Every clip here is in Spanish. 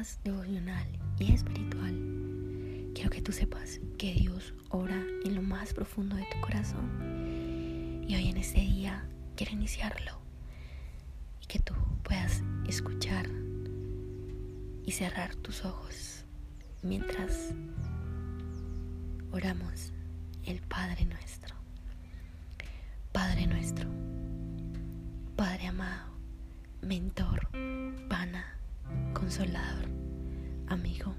podcast devocional y espiritual, quiero que tú sepas que Dios obra en lo más profundo de tu corazón. Y hoy en este día quiero iniciarlo y que tú puedas escuchar y cerrar tus ojos mientras oramos el Padre nuestro. Padre nuestro, Padre amado, mentor, pana, consolador, amigo.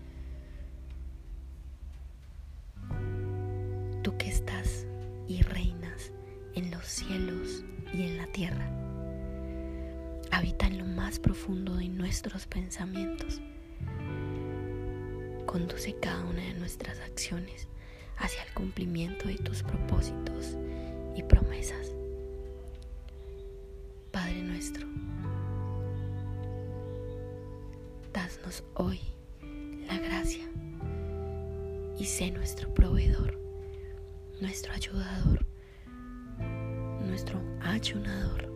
Tú que estás y reinas en los cielos y en la tierra, habita en lo más profundo de nuestros pensamientos. Conduce cada una de nuestras acciones hacia el cumplimiento de tus propósitos y promesas. Padre nuestro, danos hoy la gracia y sé nuestro proveedor, nuestro ayudador, nuestro ayunador.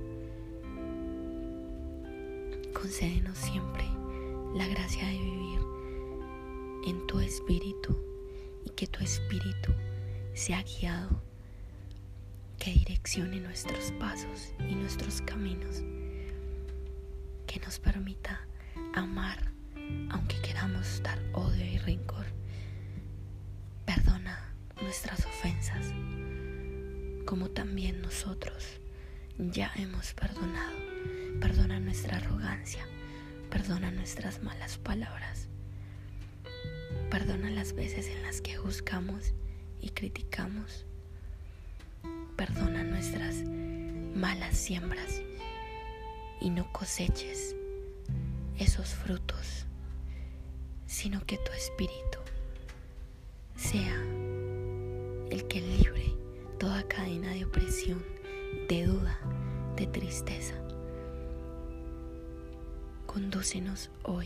Concédenos siempre la gracia de vivir en tu espíritu y que tu espíritu sea guiado, que direccione nuestros pasos y nuestros caminos, que nos permita amar aunque queramos dar odio y rencor. Perdona nuestras ofensas, como también nosotros ya hemos perdonado. Perdona nuestra arrogancia, perdona nuestras malas palabras, perdona las veces en las que juzgamos y criticamos. Perdona nuestras malas siembras y no coseches esos frutos, sino que tu espíritu sea el que libre toda cadena de opresión, de duda, de tristeza. Condúcenos hoy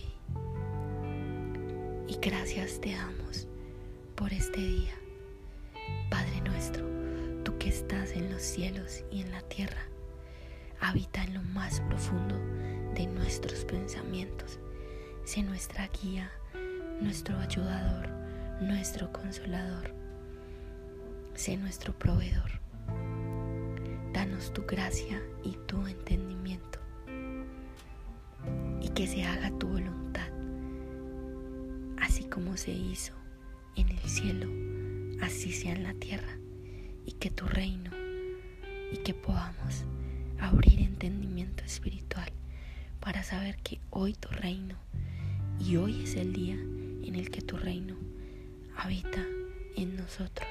y gracias te damos por este día. Padre nuestro, tú que estás en los cielos y en la tierra, habita en lo más profundo de nuestros pensamientos. Sé nuestra guía, nuestro ayudador, nuestro consolador. Sé nuestro proveedor. Danos tu gracia y tu entendimiento, y que se haga tu voluntad, así como se hizo en el cielo, así sea en la tierra, y que tu reino, y que podamos abrir entendimiento espiritual para saber que hoy tu reino, y hoy es el día en el que tu reino habita en nosotros.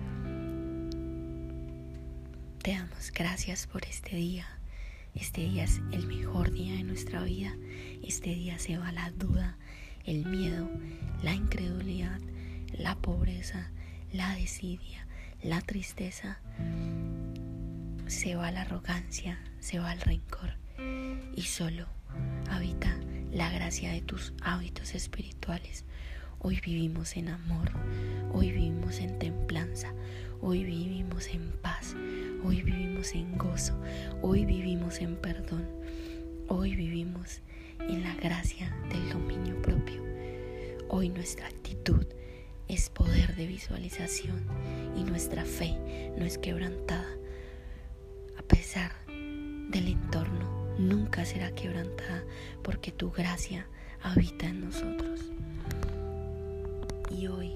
Te damos gracias por este día. Este día es el mejor día de nuestra vida. Este día se va la duda, el miedo, la incredulidad, la pobreza, la desidia, la tristeza. Se va la arrogancia, se va el rencor y solo habita la gracia de tus hábitos espirituales. Hoy vivimos en amor, hoy vivimos en templanza, hoy vivimos en paz, hoy vivimos en gozo, hoy vivimos en perdón, hoy vivimos en la gracia del dominio propio. Hoy nuestra actitud es poder de visualización y nuestra fe no es quebrantada. A pesar del entorno, nunca será quebrantada porque tu gracia habita en nosotros. Y hoy,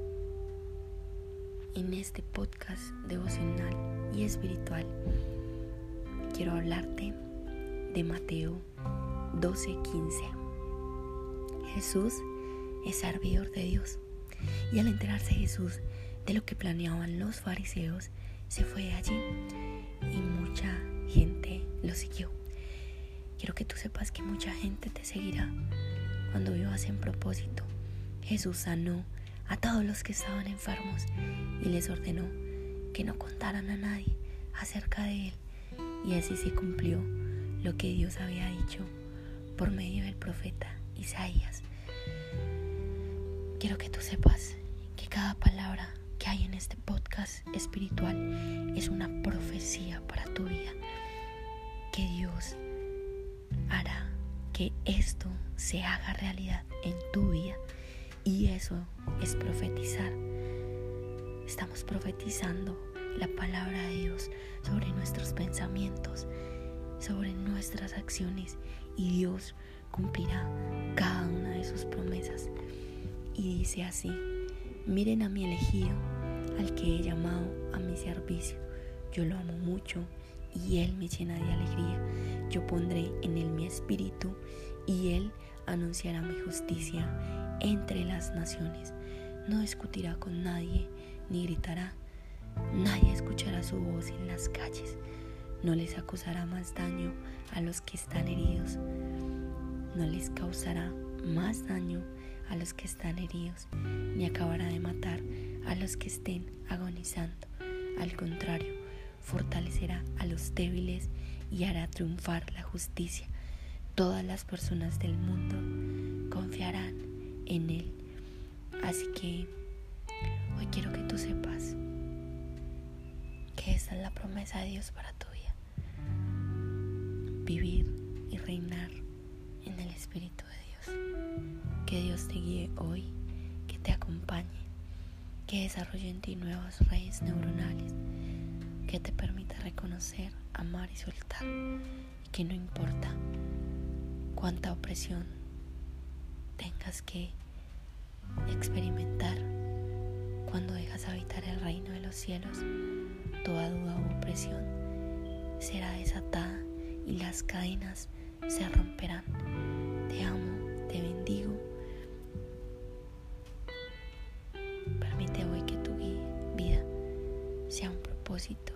en este podcast devocional y espiritual, quiero hablarte de Mateo 12:15. Jesús es servidor de Dios, y al enterarse Jesús de lo que planeaban los fariseos, se fue de allí y mucha gente lo siguió. Quiero que tú sepas que mucha gente te seguirá cuando vivas en propósito. Jesús sanó a todos los que estaban enfermos y les ordenó que no contaran a nadie acerca de él, y así se cumplió lo que Dios había dicho por medio del profeta Isaías. Quiero que tú sepas que cada palabra que hay en este podcast espiritual es una profecía para tu vida, que Dios hará que esto se haga realidad en tu vida. Y eso es profetizar. Estamos profetizando la palabra de Dios sobre nuestros pensamientos, sobre nuestras acciones, y Dios cumplirá cada una de sus promesas. Y dice así: miren a mi elegido, al que he llamado a mi servicio. Yo lo amo mucho y Él me llena de alegría. Yo pondré en Él mi espíritu y Él anunciará mi justicia entre las naciones. No discutirá con nadie ni gritará. Nadie escuchará su voz en las calles. No les acusará más daño a los que están heridos. No les causará más daño a los que están heridos, ni acabará de matar a los que estén agonizando. Al contrario, fortalecerá a los débiles y hará triunfar la justicia. Todas las personas del mundo confiarán en Él. Así que hoy quiero que tú sepas que esta es la promesa de Dios para tu vida: vivir y reinar en el Espíritu de Dios. Que Dios te guíe hoy, que te acompañe, que desarrolle en ti nuevas redes neuronales, que te permita reconocer, amar y soltar, y que no importa cuánta opresión tengas que experimentar cuando dejas habitar el reino de los cielos, toda duda o opresión será desatada y las cadenas se romperán. Te amo, te bendigo. Permite hoy que tu vida sea un propósito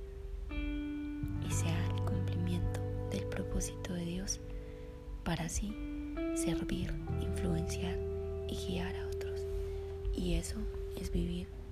y sea el cumplimiento del propósito de Dios, para así servir, influenciar y guiar a otros. Y eso es vivir